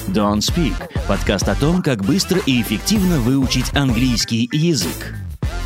Don't Speak – подкаст о том, как быстро и эффективно выучить английский язык.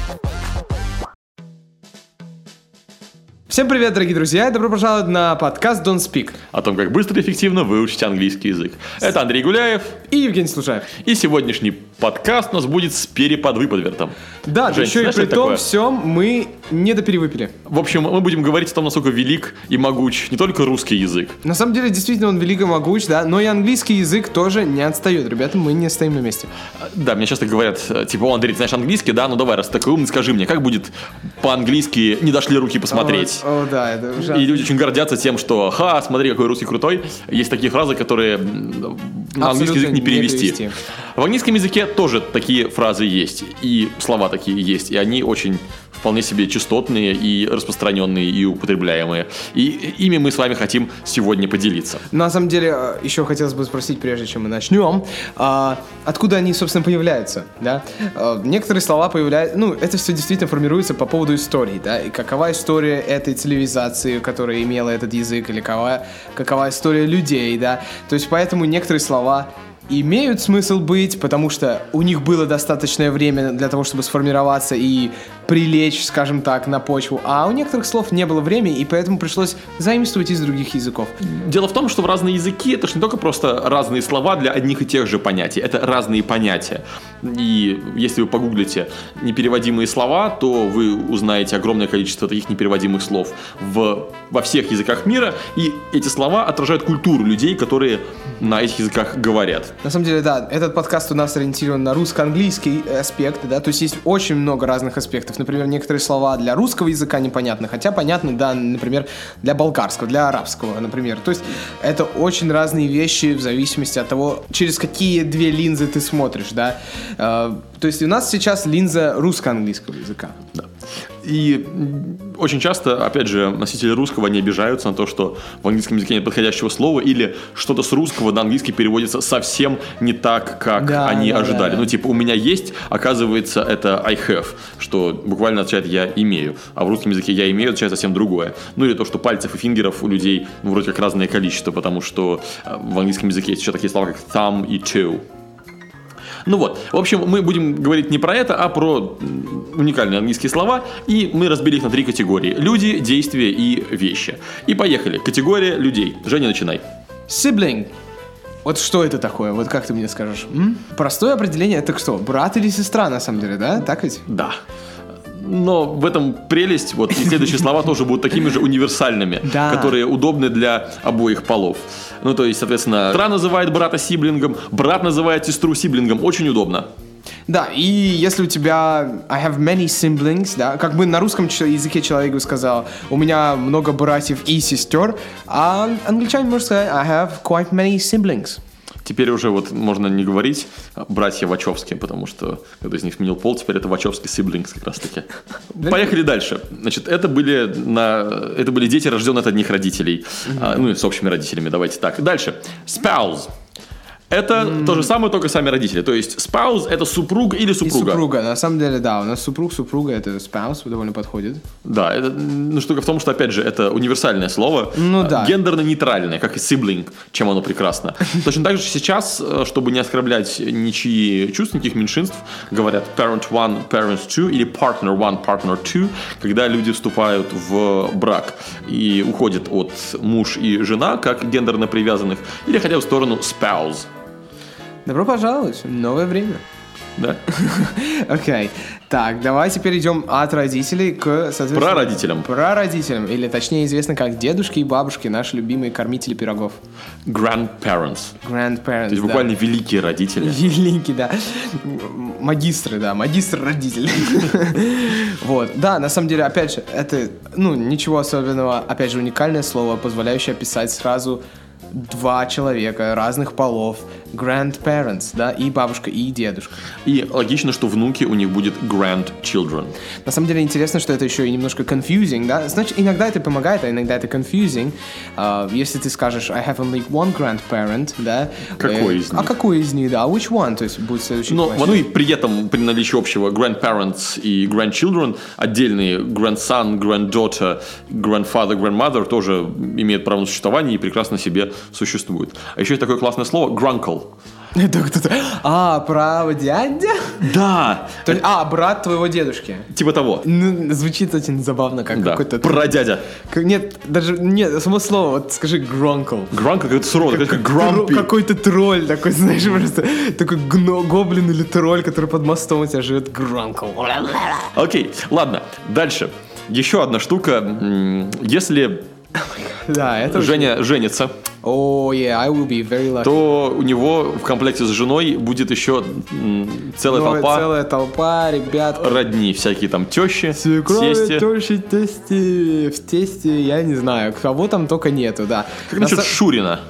Всем привет, дорогие друзья, и добро пожаловать на подкаст Don't Speak. О том, как быстро и эффективно выучить английский язык. Это Андрей Гуляев и Евгений Слушаев. И сегодняшний подкаст у нас будет с переподвыподвертом. Да, Жень, еще и при том всем мы недоперевыпили. В общем, мы будем говорить о том, насколько велик и могуч не только русский язык. На самом деле, действительно, он велик и могуч, да, но и английский язык тоже не отстает. Ребята, мы не стоим на месте. Да, мне часто говорят, типа, о, Андрей, ты знаешь английский, да? Ну давай, раз ты такой умный, скажи мне, как будет по-английски «не дошли руки посмотреть»? О, да, это ужасно. И люди очень гордятся тем, что ха, смотри, какой русский крутой. Есть такие фразы, которые на английский язык не перевести. В английском языке тоже такие фразы есть. И слова такие есть. И они очень вполне себе частотные и распространенные, и употребляемые. И ими мы с вами хотим сегодня поделиться. На самом деле, еще хотелось бы спросить, прежде чем мы начнем, откуда они, собственно, появляются, да? Некоторые слова появляются, это все действительно формируется по поводу истории, да? И какова история этой цивилизации, которая имела этот язык, или какова история людей, да? То есть, поэтому некоторые слова имеют смысл быть, потому что у них было достаточное время для того, чтобы сформироваться и прилечь, скажем так, на почву, а у некоторых слов не было времени, и поэтому пришлось заимствовать из других языков. Дело в том, что в разные языки это же не только просто разные слова для одних и тех же понятий, это разные понятия. И если вы погуглите непереводимые слова, то вы узнаете огромное количество таких непереводимых слов во всех языках мира, и эти слова отражают культуру людей, которые на этих языках говорят. На самом деле, да, этот подкаст у нас ориентирован на русско-английский аспект, да, то есть есть очень много разных аспектов. Например, некоторые слова для русского языка непонятны, хотя понятны, да, например, для болгарского, для арабского, например. То есть это очень разные вещи в зависимости от того, через какие две линзы ты смотришь, да. То есть у нас сейчас линза русско-английского языка. Да. И очень часто, опять же, носители русского не обижаются на то, что в английском языке нет подходящего слова, или что-то с русского на английский переводится совсем не так, как они ожидали. Да. Ну, типа, у меня есть, оказывается, это I have, что буквально означает «я имею», а в русском языке «я имею» означает совсем другое. Ну, или то, что пальцев и фингеров у людей вроде как разное количество, потому что в английском языке есть еще такие слова, как thumb и toe. Ну вот, в общем, мы будем говорить не про это, а про уникальные английские слова, и мы разбили их на 3 категории: люди, действия и вещи. И поехали. Категория людей. Женя, начинай. Sibling. Вот что это такое? Вот как ты мне скажешь? Простое определение — это что? Брат или сестра, на самом деле, да? Так ведь? Да. Но в этом прелесть, вот и следующие слова тоже будут такими же универсальными, которые удобны для обоих полов. Ну, то есть, соответственно, сестра называет брата сиблингом, брат называет сестру сиблингом. Очень удобно. Да, и если у тебя I have many siblings, да, как бы на русском языке человек бы сказал, у меня много братьев и сестер, а англичанин может сказать I have quite many siblings. Теперь уже вот можно не говорить братья Вачовски, потому что кто-то из них сменил пол, теперь это Вачовски siblings как раз таки. Поехали дальше. Значит, это были дети, рожденные от одних родителей. Ну и с общими родителями, давайте так. Дальше. Spouse. Это то же самое, только сами родители. То есть spouse — это супруг или супруга. И супруга. На самом деле, да, у нас супруга — это spouse, довольно подходит. Да, штука в том, что, опять же, это универсальное слово, гендерно-нейтральное, как и sibling, чем оно прекрасно. Точно так же сейчас, чтобы не оскорблять ничьи чувства, никаких меньшинств, говорят parent one, parents two или partner one, partner two, когда люди вступают в брак и уходят от муж и жена, как гендерно привязанных, или хотя бы в сторону spouse. Добро пожаловать в новое время. Да. Окей. Так, давайте перейдем от родителей к, соответственно... Прародителям. Прародителям. Или, точнее, известно как дедушки и бабушки, наши любимые кормители пирогов. Grandparents. Grandparents, то есть буквально великие родители. Великие, да. Магистры, да. Магистр-родители. Вот. Да, на самом деле, опять же, это, ничего особенного. Опять же, уникальное слово, позволяющее описать сразу 2 человека разных полов, grandparents, да, и бабушка, и дедушка. И логично, что внуки у них будет grandchildren. На самом деле интересно, что это еще и немножко confusing, да, значит, иногда это помогает, а иногда это confusing. Если ты скажешь I have only one grandparent, да. Какой из них? А какой из них, да, which one, то есть будет следующий question. И при этом, при наличии общего grandparents и grandchildren, отдельные grandson, granddaughter, grandfather, grandmother тоже имеют право на существование и прекрасно себе языке существует. А еще есть такое классное слово grunkle. Это кто-то... право дядя? Да! Брат твоего дедушки. Типа того. Звучит очень забавно, как какой-то... Прадядя. Нет, само слово, вот скажи grunkle. Grunkle какой-то суровый, как grumpy. Какой-то тролль такой, знаешь, просто такой гоблин или тролль, который под мостом у тебя живет, grunkle. Окей, ладно, дальше. Еще одна штука. Если да, это Женя женится, I will be very lucky. то у него в комплекте с женой будет еще целая толпа, ребят. Родни, всякие там тещи, свекрови, тести. тещи, тести. В тесте, я не знаю, кого там только нету, да. Как насчет Шурина?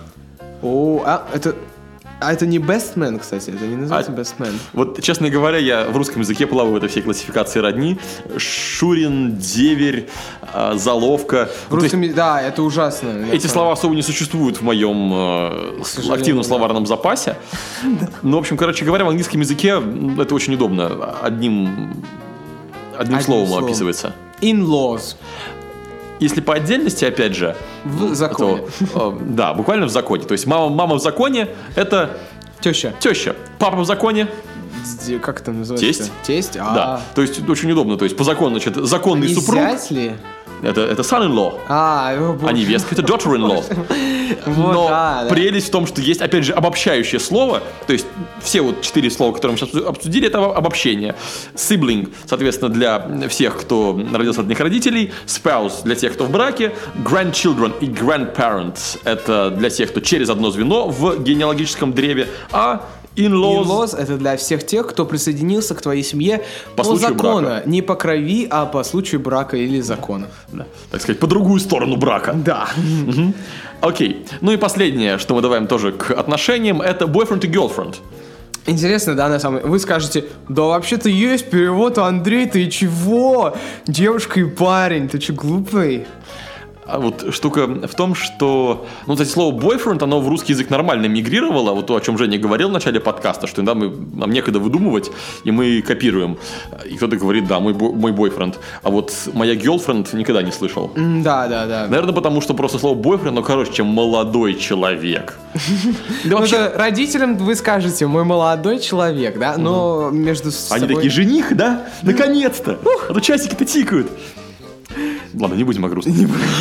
Это не best man, кстати, это не называется best man. Вот, честно говоря, я в русском языке плаваю в этой всей классификации родни. Шурин, деверь, заловка. Да, это ужасно. Эти слова особо не существуют в моем активном словарном запасе. Ну, в общем, короче говоря, в английском языке это очень удобно. Одним словом описывается. In-laws. Если по отдельности, опять же... В законе. Да, буквально в законе. То есть мама в законе – это... Теща. Папа в законе. Как это называется? Тесть. Да, то есть очень удобно. То есть по закону, значит, законный супруг... Зять ли? Это son-in-law. А невестка – это daughter-in-law. Но прелесть в том, что есть, опять же, обобщающее слово. То есть все вот 4 слова, которые мы сейчас обсудили, это обобщение. Sibling, соответственно, для всех, кто родился от одних родителей. Spouse для тех, кто в браке. Grandchildren и grandparents – это для тех, кто через одно звено в генеалогическом древе. А in-laws – это для всех тех, кто присоединился к твоей семье по случаю закону. Брака. Не по крови, а по случаю брака или закона. Да. Так сказать, по другую сторону брака. Да. Окей. Ну и последнее, что мы добавим тоже к отношениям, это boyfriend и girlfriend. Интересно, да, на самом деле. Вы скажете, да вообще-то есть перевод, Андрей, ты чего? Девушка и парень, ты че, глупый? А вот штука в том, что, кстати, слово boyfriend, оно в русский язык нормально мигрировало, вот то, о чем Женя говорил в начале подкаста, что иногда нам некогда выдумывать, и мы копируем. И кто-то говорит, да, мой бойфренд, а вот моя girlfriend никогда не слышал. Да. Наверное, потому что просто слово boyfriend, короче, чем молодой человек. Родителям вы скажете, мой молодой человек, да, но между собой... Они такие, жених, да? Наконец-то! А то часики-то тикают. Ладно, не будем о грустном.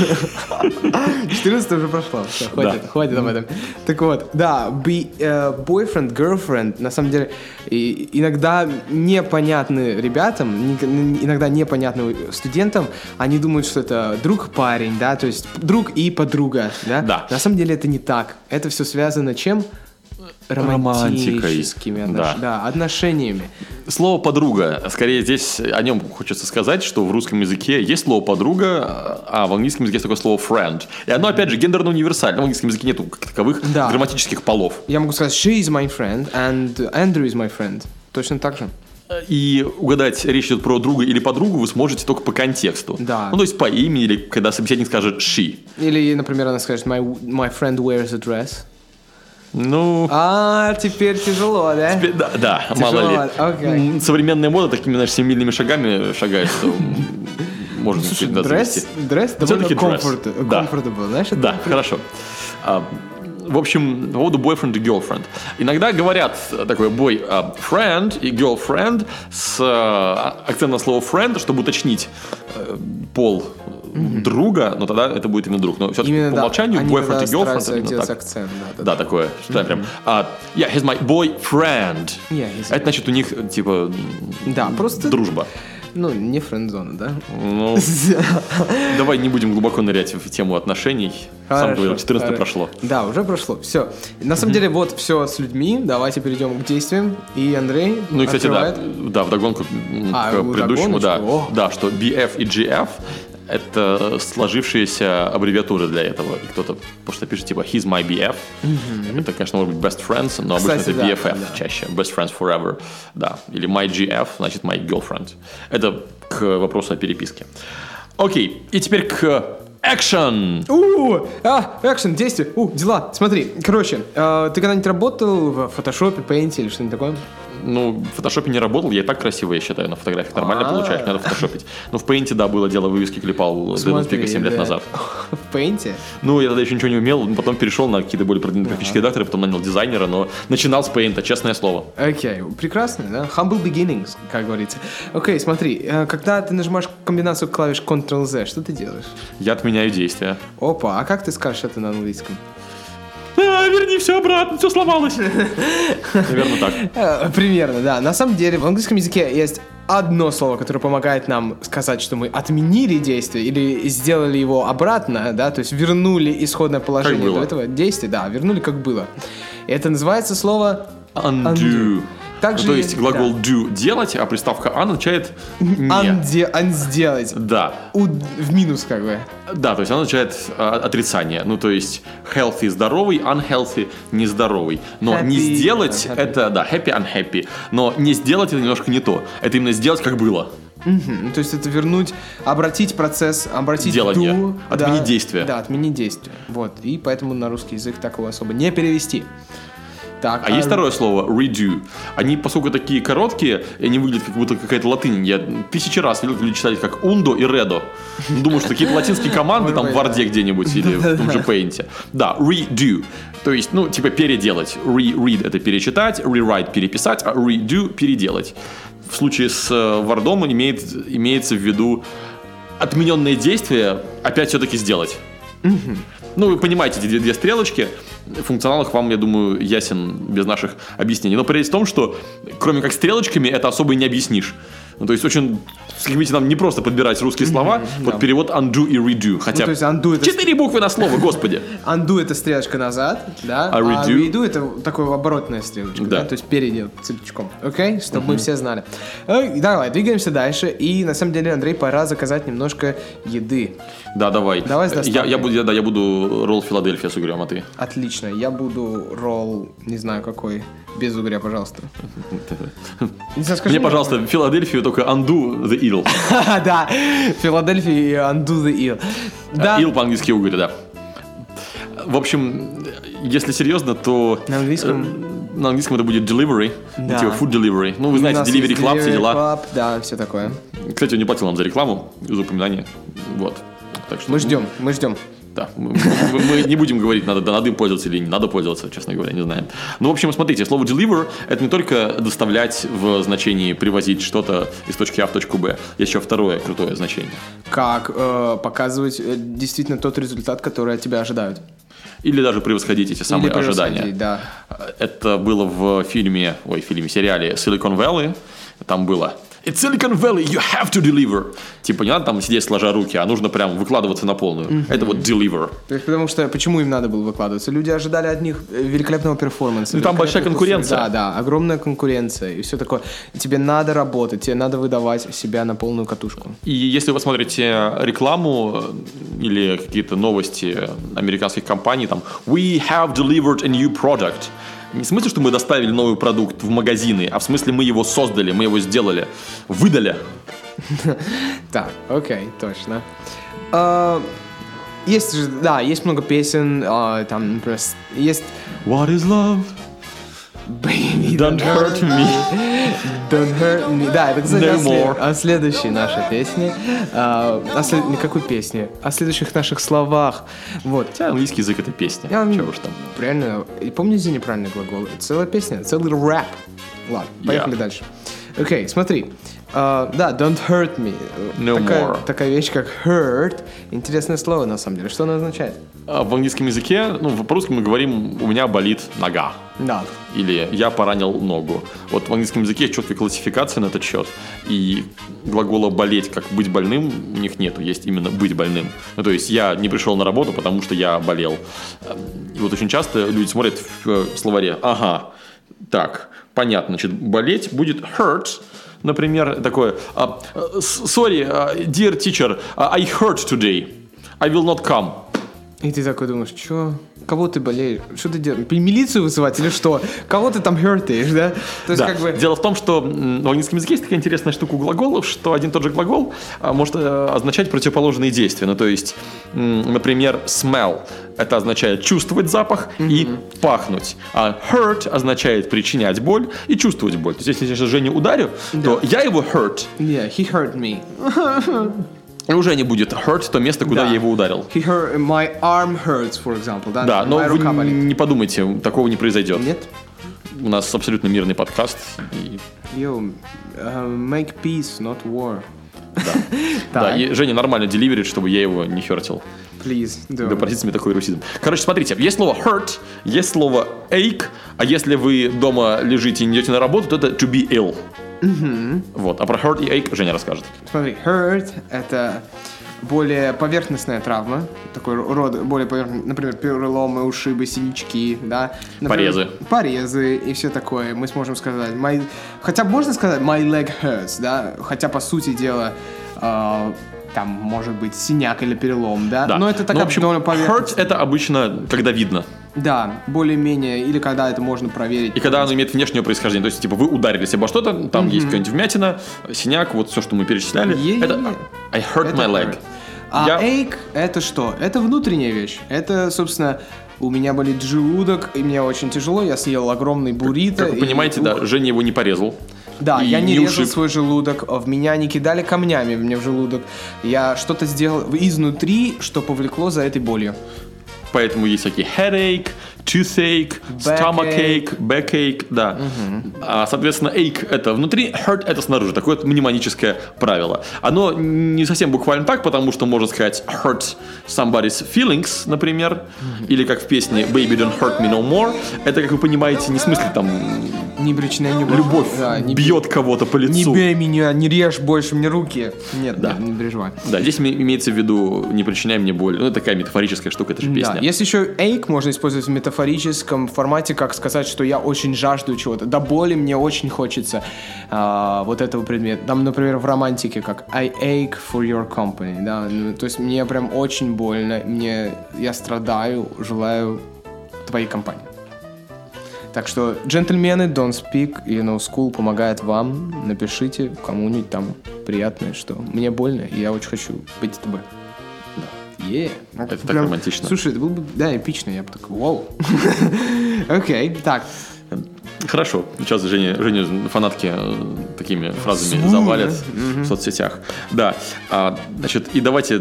14 уже прошло. Все, хватит об этом. Так вот, да, boyfriend, girlfriend, на самом деле, иногда непонятны ребятам, иногда непонятны студентам. Они думают, что это друг-парень, да, то есть друг и подруга, да? Да. На самом деле это не так. Это все связано чем? Романтическими отношениями. Слово «подруга». Скорее здесь о нем хочется сказать, что в русском языке есть слово «подруга», а в английском языке есть такое слово «friend». И оно, опять же, гендерно универсально. В английском языке нету как таковых грамматических полов. Я могу сказать «she is my friend» and «Andrew is my friend». Точно так же. И угадать, речь идет про друга или подругу, вы сможете только по контексту. Да. То есть по имени, или когда собеседник скажет «she». Или, например, она скажет «my friend wears a dress». Теперь тяжело, да? Да, тяжело. Мало ли. Okay. Современная мода такими, знаешь, семимильными шагами шагает, что можно дресс довольно comfortable, знаешь? Да, хорошо. В общем, по поводу boyfriend и girlfriend. Иногда говорят такое boyfriend и girlfriend с акцентом на слово friend, чтобы уточнить пол друга, но тогда это будет именно друг. Но все-таки по умолчанию boyfriend и girlfriend это именно так. Акцент, да, такое. Что прям. He's my boyfriend. Это значит у них типа просто дружба. Не френдзона, да? Давай не будем глубоко нырять в тему отношений. Сам говорил, 14 прошло. Да, уже прошло. Все. На самом деле, вот все с людьми. Давайте перейдем к действиям. И Андрей и, кстати, да, вдогонку к предыдущему, да, что BF и GF это сложившиеся аббревиатуры для этого. И кто-то просто пишет типа he's my BF. Это, конечно, может быть best friends, но обычно это BFF чаще. Best friends forever. Да. Или my GF, значит my girlfriend. Это к вопросу о переписке. Окей. И теперь к экшен. Экшен, действие. Дела. Смотри, короче, ты когда-нибудь работал в Photoshop, Paint или что-нибудь такое? Ну, в фотошопе не работал, я и так красиво, я считаю, на фотографиях нормально получаюсь, надо фотошопить. Но в Paint, да, было дело, вывески клепал Дэйден Пика 7 лет назад. В Paint? Ну, я тогда еще ничего не умел, потом перешел на какие-то более продвинутые графические редакторы, потом нанял дизайнера, но начинал с Paint, честное слово. Окей, прекрасно, да? Humble beginnings, как говорится. Окей, смотри, когда ты нажимаешь комбинацию клавиш Ctrl-Z, что ты делаешь? Я отменяю действия. Опа, а как ты скажешь это на английском? Верни все обратно, все сломалось. Наверное, так. Примерно, да. На самом деле, в английском языке есть одно слово, которое помогает нам сказать, что мы отменили действие или сделали его обратно, да, то есть вернули исходное положение до этого действия, да, вернули как было. И это называется слово undo. Также, то есть глагол do делать, а приставка un означает не. Сделать. Да. В минус как бы. Да, то есть она означает отрицание. Ну, то есть healthy здоровый, unhealthy нездоровый. Но Happy, не сделать unhappy. это, да, happy, unhappy. Но не сделать это немножко не то. Это именно сделать как было. То есть это вернуть, обратить процесс, обратить Делание. do, Отменить да, действие. Да, отменить действие. Вот. И поэтому на русский язык такого особо не перевести. Так, А есть второе слово redo. Они, поскольку такие короткие, и они выглядят как будто какая-то латынь. Я тысячи раз видел, люди читали как undo и redo. Думаю, что какие-то латинские команды там в Word где-нибудь или в том же Paint. Да, redo. То есть, ну, типа переделать. Read это перечитать, rewrite переписать, а redo переделать. В случае с Word'ом имеется в виду отмененное действие опять все-таки сделать. Ну, вы понимаете, эти две стрелочки, функционал их вам, я думаю, ясен без наших объяснений. Но прелесть в том, что кроме как стрелочками это особо и не объяснишь. Ну, то есть очень, как видите, нам не просто подбирать русские слова под перевод undo и redo. Хотя то есть undo это 4 буквы на слово, господи. Undo это стрелочка назад, да, А redo это такое оборотная стрелочка, Да. да, то есть переделать цепочком. Окей, чтобы мы все знали. Давай, двигаемся дальше. И на самом деле, Андрей, пора заказать немножко еды. Да, давай. Давай с доставкой. Я буду ролл Филадельфия с угрем, а ты? Отлично, я буду ролл, не знаю какой, без угря, пожалуйста. Не знаю, скажи Мне, пожалуйста, Филадельфию только undo the eel. Да, Филадельфия и undo the eel. Да. Eel по-английски угорь, да. В общем, если серьезно, то На английском? на английском это будет delivery, Да. типа food delivery. Ну, вы У знаете, нас delivery есть club, все Delivery дела. Club, да, все такое. Кстати, он не платил нам за рекламу, из упоминания. Вот. Так что, Мы ждем. Да, мы не будем говорить, надо им пользоваться или не надо пользоваться, честно говоря, не знаем. Ну, в общем, смотрите, слово deliver – это не только доставлять в значении привозить что-то из точки А в точку Б. Есть еще второе крутое значение. Как показывать действительно тот результат, который от тебя ожидают. Или даже превосходить эти самые Или ожидания. превосходить, да. Это было в сериале Silicon Valley. Там было It's Silicon Valley, you have to deliver. Типа не надо там сидеть сложа руки, а нужно прям выкладываться на полную. Это вот deliver. То есть, потому что, почему им надо было выкладываться? Люди ожидали от них великолепного перформанса. Ну, там большая конкуренция. Да, огромная конкуренция и все такое. И тебе надо работать, тебе надо выдавать себя на полную катушку. И если вы смотрите рекламу или какие-то новости американских компаний, там We have delivered a new product. Не в смысле, что мы доставили новый продукт в магазины, а в смысле мы его создали, мы его сделали, выдали. Так, окей, точно. Есть же, да, есть много песен, там, например, есть What is love? Baby, Don't hurt me. Don't hurt me. Да, это, кстати, No more. о следующей нашей песне. Какой песне? О следующих наших словах. Вот. Хотя английский язык это песня. Чего уж там. Реально, и помните неправильный глагол? Это целая песня, целый рэп. Ладно, поехали дальше. Окей, смотри. Да, don't hurt me. No more. Такая вещь, как hurt. Интересное слово, на самом деле. Что оно означает? В английском языке, по-русски мы говорим «у меня болит нога». Да. Или «я поранил ногу». Вот в английском языке есть четкая классификация на этот счет. И глагола «болеть» как «быть больным» у них нету. Есть именно «быть больным». Ну, то есть я не пришел на работу, потому что я болел. И вот очень часто люди смотрят в словаре. Ага, так, понятно. Значит, болеть будет hurt. Например, такое «Sorry, dear teacher, I hurt today. I will not come». И ты такой думаешь, что? Кого ты болеешь? Что ты делаешь? Милицию вызывать или что? Кого ты там хёртаешь, да? То есть, Да. как бы... Дело в том, что в английском языке есть такая интересная штука у глаголов, что один и тот же глагол может означать противоположные действия. Ну, то есть, например, smell – это означает чувствовать запах и пахнуть. А hurt означает причинять боль и чувствовать боль. То есть, если я сейчас Женю ударю, то я его hurt. Yeah, he hurt me. И уже не будет hurt то место, куда Да. я его ударил. He hurt, my arm hurts, for example. Да, Да, но моя вы рука болит. не подумайте, такого не произойдет. Нет? У нас абсолютно мирный подкаст. И, Yo, make peace, not war. да, и Женя нормально деливерит, чтобы я его не хертил. Please, Да, простите мне такой русизм. Короче, смотрите, есть слово hurt, есть слово ache, а если вы дома лежите и не идете на работу, то это to be ill. Вот, а про hurt и ache Женя расскажет. Смотри, hurt – это более поверхностная травма, такой род, более поверхностный, например, переломы, ушибы, синячки, да. Например, порезы и все такое. Мы сможем сказать, хотя можно сказать my leg hurts, да, хотя по сути дела там может быть синяк или перелом, да. Да. Но это такая в общем, довольно поверхностная. hurt это обычно когда видно. Да, более-менее, или когда это можно проверить. И когда оно имеет внешнее происхождение. То есть, типа, вы ударились обо что-то, там есть какая-нибудь вмятина, синяк, вот все, что мы перечисляли. Это I hurt my leg. Hurt. А ache – это что? Это внутренняя вещь. Это, собственно, у меня болит желудок, и мне очень тяжело. Я съел огромный буррито. Как вы понимаете, да, Женя его не порезал. Да, и я не резал ушиб. свой желудок, в меня не кидали камнями мне в желудок. Я что-то сделал изнутри, что повлекло за этой болью. Поэтому есть всякие headache, toothache, stomachache, backache, да. Соответственно, ache это внутри, hurt это снаружи. Такое вот мнемоническое правило. Оно не совсем буквально так, потому что можно сказать hurt somebody's feelings, например, или как в песне Baby Don't Hurt Me No More. Это, как вы понимаете, не в смысле там Не бричная любовь Да, не бьет кого-то по Не лицу. бей меня, не режь больше мне руки. Нет, Да. не переживай. Да, здесь имеется в виду не причиняй мне боль. Ну, это такая метафорическая штука, это же песня. Да, есть еще ache можно использовать в метафорическом формате, как сказать, что я очень жажду чего-то. До боли мне очень хочется вот этого предмета. Там, например, в романтике, как I ache for your company. Да? Ну, то есть мне прям очень больно, я страдаю, желаю твоей компании. Так что, джентльмены, don't speak, school помогает вам. Напишите кому-нибудь там приятное, что мне больно, и я очень хочу быть с тобой. Это так романтично. Слушай, это было бы, да, эпично, я бы такой, вау. Окей, так. Хорошо. Сейчас Женю фанатки такими фразами завалят в соцсетях. Да. Значит, и давайте...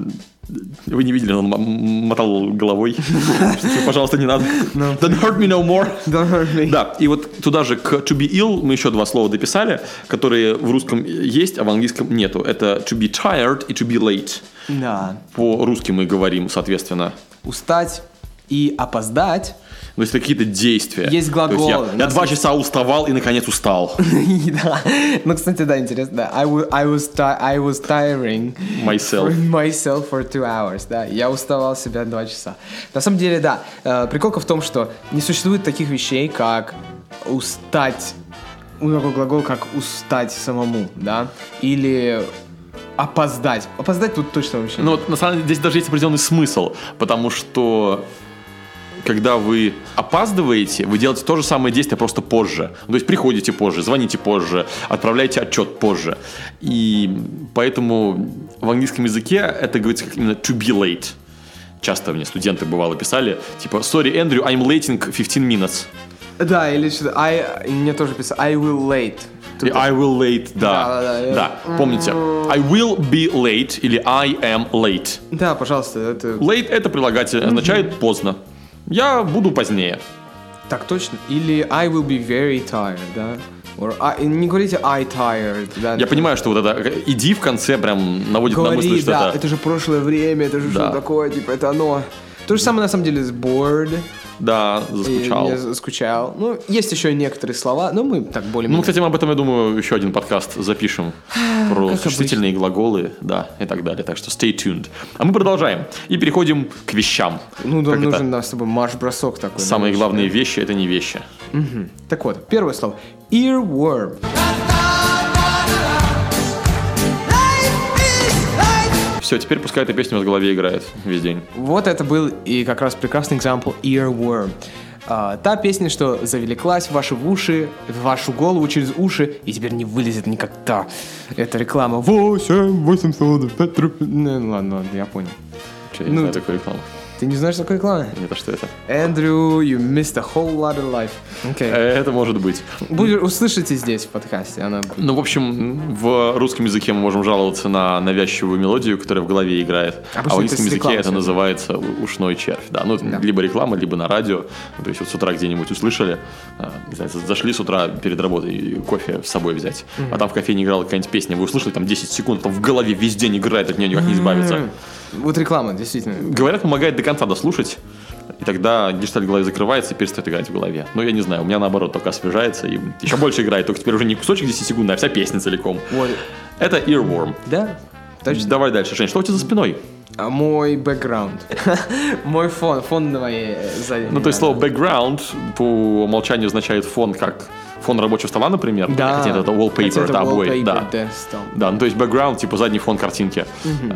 Вы не видели, он мотал головой. Пожалуйста, не надо. Don't hurt me no more. Don't hurt me. Да, и вот туда же к to be ill мы еще два слова дописали, которые в русском есть, а в английском нету. Это to be tired и to be late. Да. По-русски мы говорим, соответственно. Устать и опоздать. Но если какие-то действия. Есть глаголы. То есть я 2 часа уставал и наконец устал. Да. Ну, кстати, да, интересно. Да. I was tiring myself for 2 hours. Да. Я уставал себя 2 часа. На самом деле, да. Приколка в том, что не существует таких вещей, как устать. Такой глагол, как устать самому, да. Или опоздать. Опоздать тут точно вообще. Ну, вот, на самом деле, здесь даже есть определенный смысл. Потому что когда вы опаздываете, вы делаете то же самое действие, просто позже. То есть приходите позже, звоните позже, отправляете отчет позже. И поэтому в английском языке это говорится как именно to be late. Часто мне студенты бывало писали, типа, sorry, Andrew, I'm late in 15 minutes. Да, или что-то, мне тоже писали, I will late. И I will late, да. Да, помните, I will be late или I am late. Да, пожалуйста. Late это прилагательное, означает поздно. Я буду позднее. Так точно. Или I will be very tired, да? Не говорите I tired, да? Я понимаю, что вот это иди в конце прям наводит на мысль, что да, это же прошлое время, это же что такое, типа, это оно. То же самое на самом деле с bored. Да, заскучал. Я заскучал. Ну, есть еще некоторые слова, но мы так более-менее... Ну, кстати, мы об этом, я думаю, еще один подкаст запишем. Про существительные глаголы, да, и так далее. Так что stay tuned. А мы продолжаем. И переходим к вещам. Ну, нам нужен, да, с тобой марш-бросок такой. Самые главные вещи — это не вещи. Угу. Так вот, первое слово. Earworm. Все, теперь пускай эта песня у вас в голове играет весь день. Вот это был и как раз прекрасный экзампл Earworm. Та песня, что завлеклась в ваши уши, в вашу голову через уши, и теперь не вылезет никогда. Это реклама 800. Ну ладно, я понял. Я не знаю такую рекламу. Ты не знаешь такой рекламы? Нет, а что это? Andrew, you missed a whole lot of life. Okay. Это может быть. Услышите здесь в подкасте. Она... Ну, в общем, в русском языке мы можем жаловаться на навязчивую мелодию, которая в голове играет. А в английском языке это называется ушной червь. Да, ну, да. Либо реклама, либо на радио. То есть вот с утра где-нибудь услышали, не знаю, зашли с утра перед работой кофе с собой взять, а там в кофейне играла какая-нибудь песня, вы услышали, там 10 секунд, там в голове весь день играет, от нее никак не избавиться. Вот реклама, действительно. Говорят, помогает до конца дослушать, и тогда гештальт в голове закрывается и перестает играть в голове. Но я не знаю, у меня наоборот только освежается и еще больше играет, только теперь уже не кусочек 10 секунд, а вся песня целиком. Вот. Это Earworm. Да, точно. Давай дальше, Жень, что у тебя за спиной? Мой бэкграунд. Мой фон на моей задней. Ну, то есть слово background по умолчанию означает фон как фон рабочего стола, например. Да. Хотя это wallpaper, да, обои. Да, ну то есть background, типа задний фон картинки.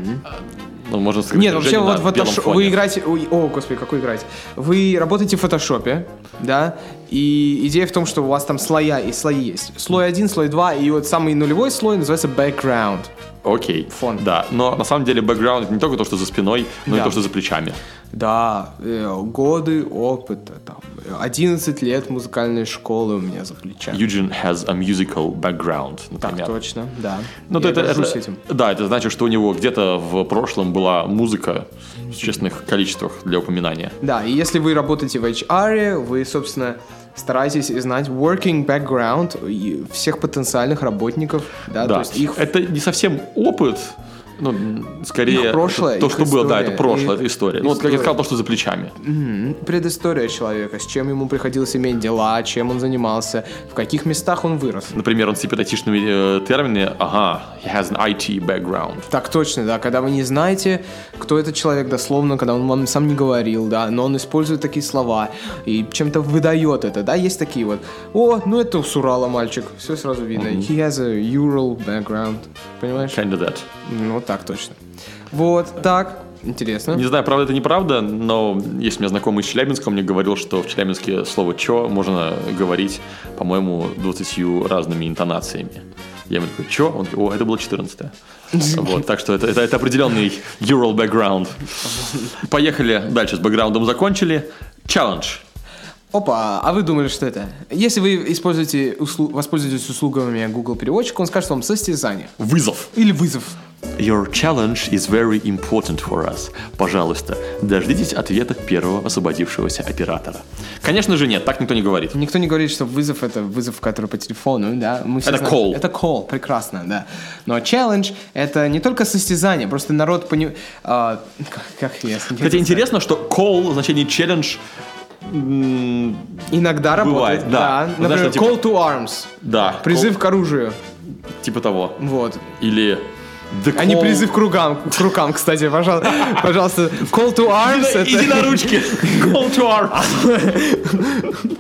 Ну, можно сказать, нет, вообще вот вы играете... О, господи, какой играете? Вы работаете в фотошопе, да, и идея в том, что у вас там слоя и слои есть. Слой 1, слой 2, и вот самый нулевой слой называется background. Окей, фон. Да, но на самом деле background это не только то, что за спиной, но и то, что за плечами. Да, годы опыта, там, 11 лет музыкальной школы у меня за плечами. Eugene has a musical background, например. Так точно, да. Но я горжусь этим. Да, это значит, что у него где-то в прошлом была музыка в существенных количествах для упоминания. Да, и если вы работаете в HR, вы, собственно, старайтесь знать working background всех потенциальных работников. Да, да. То есть их... Это не совсем опыт, ну, скорее, прошлое, то, что история, было, да, это прошлое, это история. Ну, вот как я сказал, то, что за плечами. Предыстория человека, с чем ему приходилось иметь дела, чем он занимался, в каких местах он вырос. Например, он с сепаратичными терминами, he has an IT background. Так точно, да, когда вы не знаете, кто этот человек дословно, когда он вам сам не говорил, да, но он использует такие слова и чем-то выдает это, да, есть такие вот, ну это с Урала мальчик, все сразу видно, he has a Ural background, понимаешь? Kind of that. Ну, так точно. Вот, так, интересно. Не знаю, правда это неправда, но есть у меня знакомый из Челябинска, он мне говорил, что в Челябинске слово «чё» можно говорить, по-моему, 20 разными интонациями. Я ему такой, «чё?» Он говорит, это было 14-е. Вот, так что это определенный Ural background. Поехали дальше, с бэкграундом закончили. Challenge. Опа, а вы думали, что это? Если вы воспользуетесь услугами Google переводчика, он скажет вам состязание. Вызов. Или вызов. Your challenge is very important for us. Пожалуйста, дождитесь ответа первого освободившегося оператора. Конечно же нет, так никто не говорит. Никто не говорит, что вызов — это вызов, который по телефону, да? Мы все это знаем, call. Это call, прекрасно, да. Но challenge — это не только состязание, просто народ понимает... Кстати, интересно, что call в значении challenge иногда бывает, работает. Да. Например, типа... call to arms. Да. Призыв к оружию. Типа того. Вот. Или... А не призыв к рукам, кстати, пожалуйста. Call to arms. Иди на ручки. Call to arms.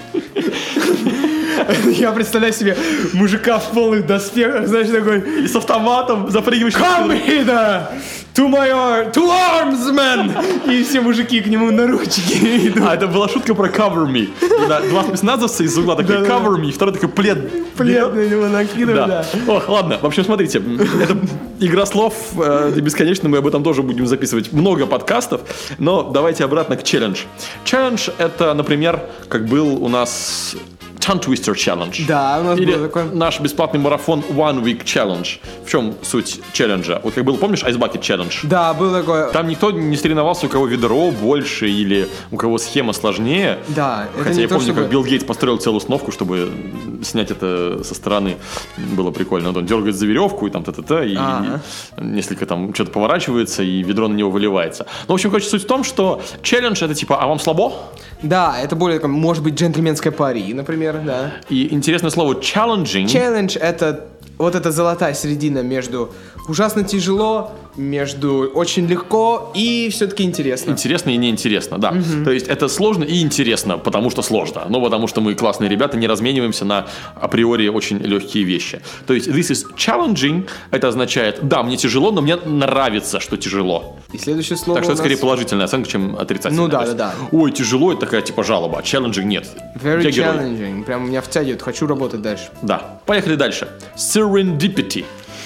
Я представляю себе мужика в полных доспехах, знаешь, такой... Или с автоматом, запрыгивающим... Come hither! To arms, man! И все мужики к нему на ручки идут. А, это была шутка про cover me. Два спецназовца из угла такой cover me, второй такой плед на него накидывают, да. Ох, ладно, в общем, смотрите, это игра слов бесконечно, мы об этом тоже будем записывать много подкастов, но давайте обратно к челлендж. Челлендж это, например, как был у нас... Tongue Twister Challenge. Да, у нас или был такой. Наш бесплатный марафон One Week Challenge. В чем суть челленджа? Вот как был, помнишь, Ice Bucket Challenge? Да, был такой. Там никто не соревновался, у кого ведро больше или у кого схема сложнее. Да. Хотя я помню, как Билл Гейтс построил целую установку, чтобы снять это со стороны. Было прикольно. Он дергает за веревку, и там та-та-та, и несколько там что-то поворачивается, и ведро на него выливается. Ну, в общем, короче, суть в том, что челлендж это типа, а вам слабо? Да, это более, может быть, джентльменская пари, например, да. И интересное слово challenging. Challenge — это вот эта золотая середина между ужасно тяжело между очень легко и все-таки интересно. Интересно и неинтересно, да. То есть это сложно и интересно, потому что сложно. Но потому что мы классные ребята, не размениваемся на априори очень легкие вещи. То есть this is challenging, это означает, да, мне тяжело, но мне нравится, что тяжело. И следующее слово Так что у это нас... скорее положительная оценка, чем отрицательная. Ну да, То есть, да. Ой, тяжело, это такая типа жалоба, а challenging нет. Very Я герой. challenging. Прям меня втягивает, хочу работать дальше. Да, поехали дальше. Serendipity.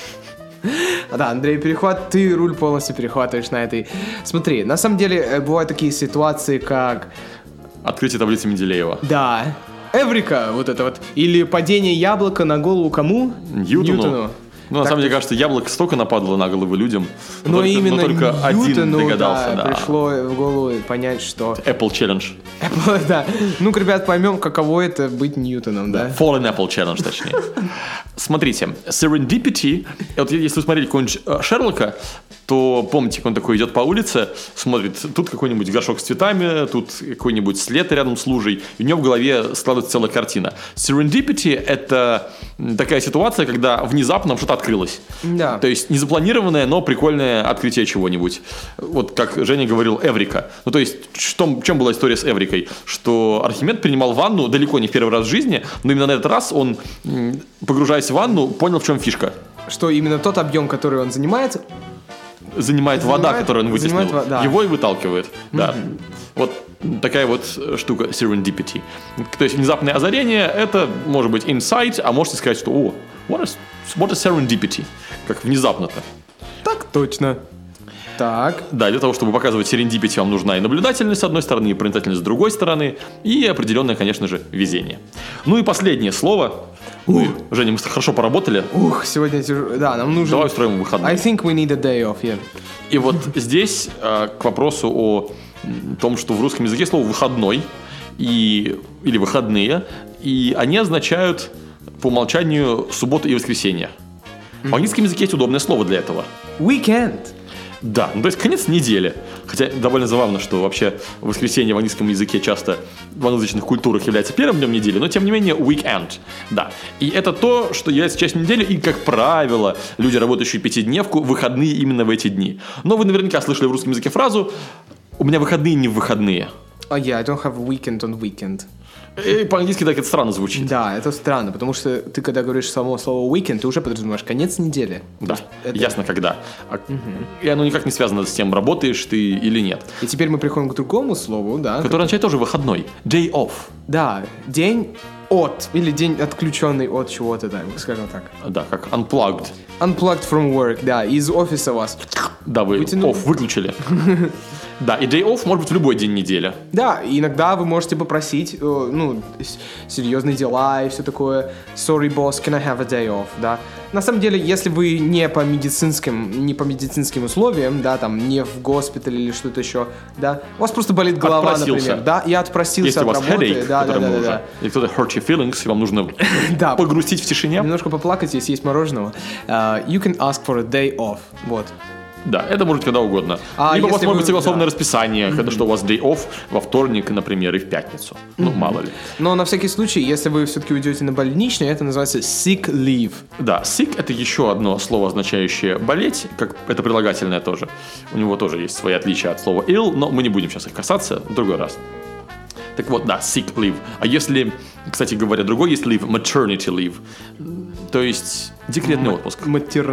Да, Андрей, перехват, ты руль полностью перехватываешь на этой. Смотри, на самом деле бывают такие ситуации, как... Открытие таблицы Менделеева. Да, эврика, вот это вот. Или падение яблока на голову кому? Ньютону. Ну, на Так самом деле, кажется, яблоко столько нападало на головы людям, Но именно только один Ньютону, догадался. Да. пришло в голову понять, что... Apple Challenge. Да. Ну-ка, ребят, поймем, каково это быть Ньютоном, да? Fallen Apple Challenge, точнее. Смотрите, Serendipity, вот если вы смотрели какого-нибудь Шерлока, то помните, как он такой идет по улице, смотрит, тут какой-нибудь горшок с цветами, тут какой-нибудь след рядом с лужей, и у него в голове складывается целая картина. Serendipity — это такая ситуация, когда внезапно что-то открылось. Да. То есть незапланированное, но прикольное открытие чего-нибудь. Вот как Женя говорил, эврика. Ну, то есть, в чем была история с эврикой? Что Архимед принимал ванну далеко не в первый раз в жизни, но именно на этот раз он, погружаясь в ванну, понял, в чем фишка. Что именно тот объем, который он занимает, Вода, которую он вытеснил, да. его и выталкивает. Да. Вот такая вот штука serendipity. То есть внезапное озарение — это может быть insight, а можете сказать, что what is serendipity? Как внезапно-то. Так точно. Так. Да, для того, чтобы показывать serendipity, вам нужна и наблюдательность с одной стороны, и проницательность с другой стороны, и определенное, конечно же, везение. Ну и последнее слово. Женя, мы хорошо поработали. Сегодня да, нам нужно... Давай устроим выходной. I think we need a day off, yeah. И вот здесь к вопросу о том, что в русском языке слово «выходной» или «выходные», и они означают по умолчанию субботу и воскресенье. В английском языке есть удобное слово для этого. Weekend. Да, ну то есть конец недели. Хотя довольно забавно, что вообще воскресенье в английском языке часто в англоязычных культурах является первым днем недели, но тем не менее weekend, да. И это то, что является частью недели, и, как правило, люди, работающие пятидневку, выходные именно в эти дни. Но вы наверняка слышали в русском языке фразу «у меня выходные не в выходные». Oh yeah, I don't have a weekend on weekend. И по-английски так это странно звучит. Да, это странно, потому что ты, когда говоришь само слово weekend, ты уже подразумеваешь конец недели. Да, это... ясно когда. И оно никак не связано с тем, работаешь ты или нет. И теперь мы приходим к другому слову, да. Которое означает тоже выходной. Day off. Да, день от, или день отключенный от чего-то, да, скажем так. Да, как unplugged. Unplugged from work, да, из офиса вас. Да, вы off выключили. Да, и day off может быть в любой день недели. Да, и иногда вы можете попросить, серьезные дела и все такое. Sorry, boss, can I have a day off, да. На самом деле, если вы не по медицинским условиям, да, там, не в госпитале или что-то еще, да, у вас просто болит голова, Отпросился. например, да, я отпросился Если от у вас работы, headache, да. Или кто-то hurt your feelings, и вам нужно Да. погрустить в тишине. Немножко поплакать и съесть мороженого. You can ask for a day off, вот. Да, это может быть когда угодно. Либо у вас если может вы- быть согласованное да. расписание, когда что у вас day off во вторник, например, и в пятницу. Ну, мало ли. Но на всякий случай, если вы все-таки уйдете на больничный, это называется sick leave. Да, sick — это еще одно слово, означающее болеть, как это прилагательное тоже. У него тоже есть свои отличия от слова ill, но мы не будем сейчас их касаться в другой раз. Так вот, да, sick leave. А если, кстати говоря, другой есть leave, maternity leave, то есть декретный отпуск.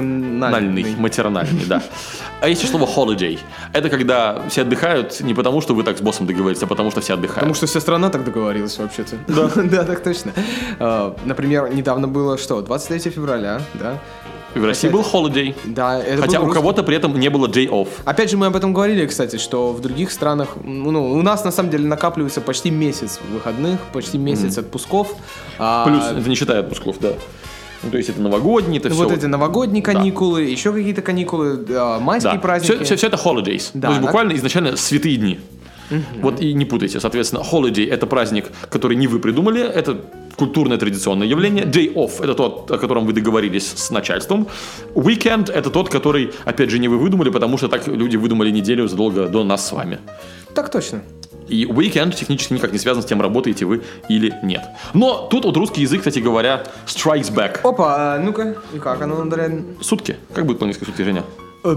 Матернальный, да. А есть еще слово holiday. Это когда все отдыхают не потому, что вы так с боссом договорились, а потому, что все отдыхают. Потому что вся страна так договорилась вообще-то. Да, да, так точно. Например, недавно было что, 23 февраля, да? И в России был holiday. Да, это Хотя был у русский. кого-то при этом не было day off. Опять же, мы об этом говорили, кстати, что в других странах, у нас на самом деле накапливается почти месяц выходных, почти месяц отпусков. Плюс, это не считая отпусков, да. Ну, то есть это новогодние, это все. Вот эти новогодние каникулы, еще какие-то каникулы, майские Да, праздники. все это holidays. Да, то есть да. буквально изначально святые дни. Вот и не путайте. Соответственно, holiday — это праздник, который не вы придумали, это культурное традиционное явление. Day off — это тот, о котором вы договорились с начальством. Weekend — это тот, который, опять же, не вы выдумали, потому что так люди выдумали неделю задолго до нас с вами. Так точно. И weekend технически никак не связан с тем, работаете вы или нет. Но тут вот русский язык, кстати говоря, strikes back. Опа, ну-ка, и как оно, Андрей? Сутки. Как будет по-английски сутки, Женя?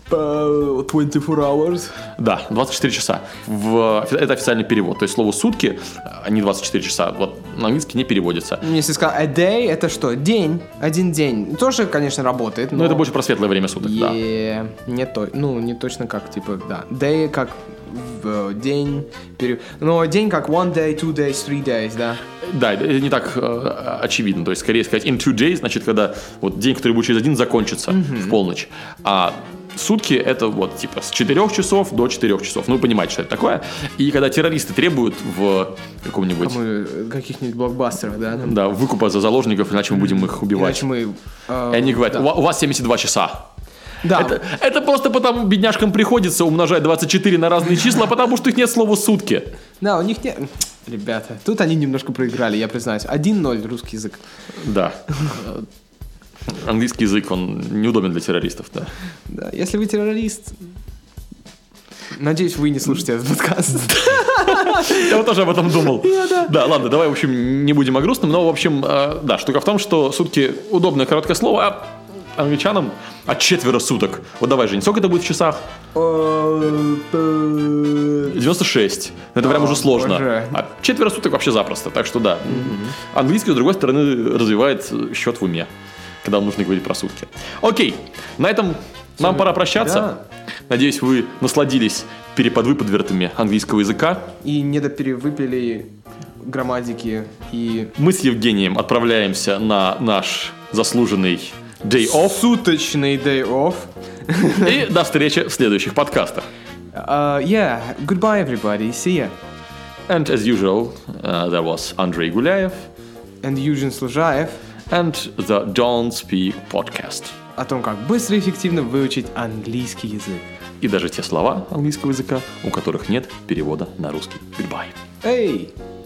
24 hours. Да, 24 часа. Это официальный перевод. То есть слово «сутки», а не 24 часа, вот на английский не переводится. Если сказать a day, это что? День. Один день. Тоже, конечно, работает, но... Но это больше про светлое время суток, да. Не точно как, типа, да. Day как день. Но день как one day, 2 days, 3 days, да. Да, это не так очевидно. То есть, скорее сказать, in 2 days, значит, когда вот день, который будет через один, закончится в полночь. А сутки это вот типа с 4 часов до 4 часов. Ну, вы понимаете, что это такое. И когда террористы требуют в каком-нибудь... каких-нибудь блокбастерах, да? Да, выкупа за заложников, иначе мы будем их убивать. Иначе мы... И они говорят, у вас 72 часа. Да. Это просто потому бедняжкам приходится умножать 24 на разные числа, потому что их нет слова «сутки». Да, у них нет... Ребята, тут они немножко проиграли, я признаюсь. 1-0 русский язык. Да. Английский язык, он неудобен для террористов, да. Да, если вы террорист... Надеюсь, вы не слушаете этот подкаст. Я вот тоже об этом думал. Да, ладно, давай, в общем, не будем о грустном, но, в общем, да, штука в том, что сутки удобное короткое слово, а англичанам от 4 суток. Вот давай, Жень, сколько это будет в часах? 96. Это прям уже сложно. А 4 суток вообще запросто, так что да. Английский, с другой стороны, развивает счет в уме, когда нужно говорить про сутки. Окей, на этом нам пора прощаться. Да. Надеюсь, вы насладились переподвыподвертами английского языка. И недоперевыпили грамматики. И Мы с Евгением отправляемся на наш заслуженный day off. Суточный day off. И до встречи в следующих подкастах. Yeah, goodbye everybody, see ya. And as usual, there was Andrei Guляев. And Eugene Служаев. And the Don't Speak podcast. О том, как быстро и эффективно выучить английский язык. И даже те слова английского языка, у которых нет перевода на русский. Goodbye. Эй!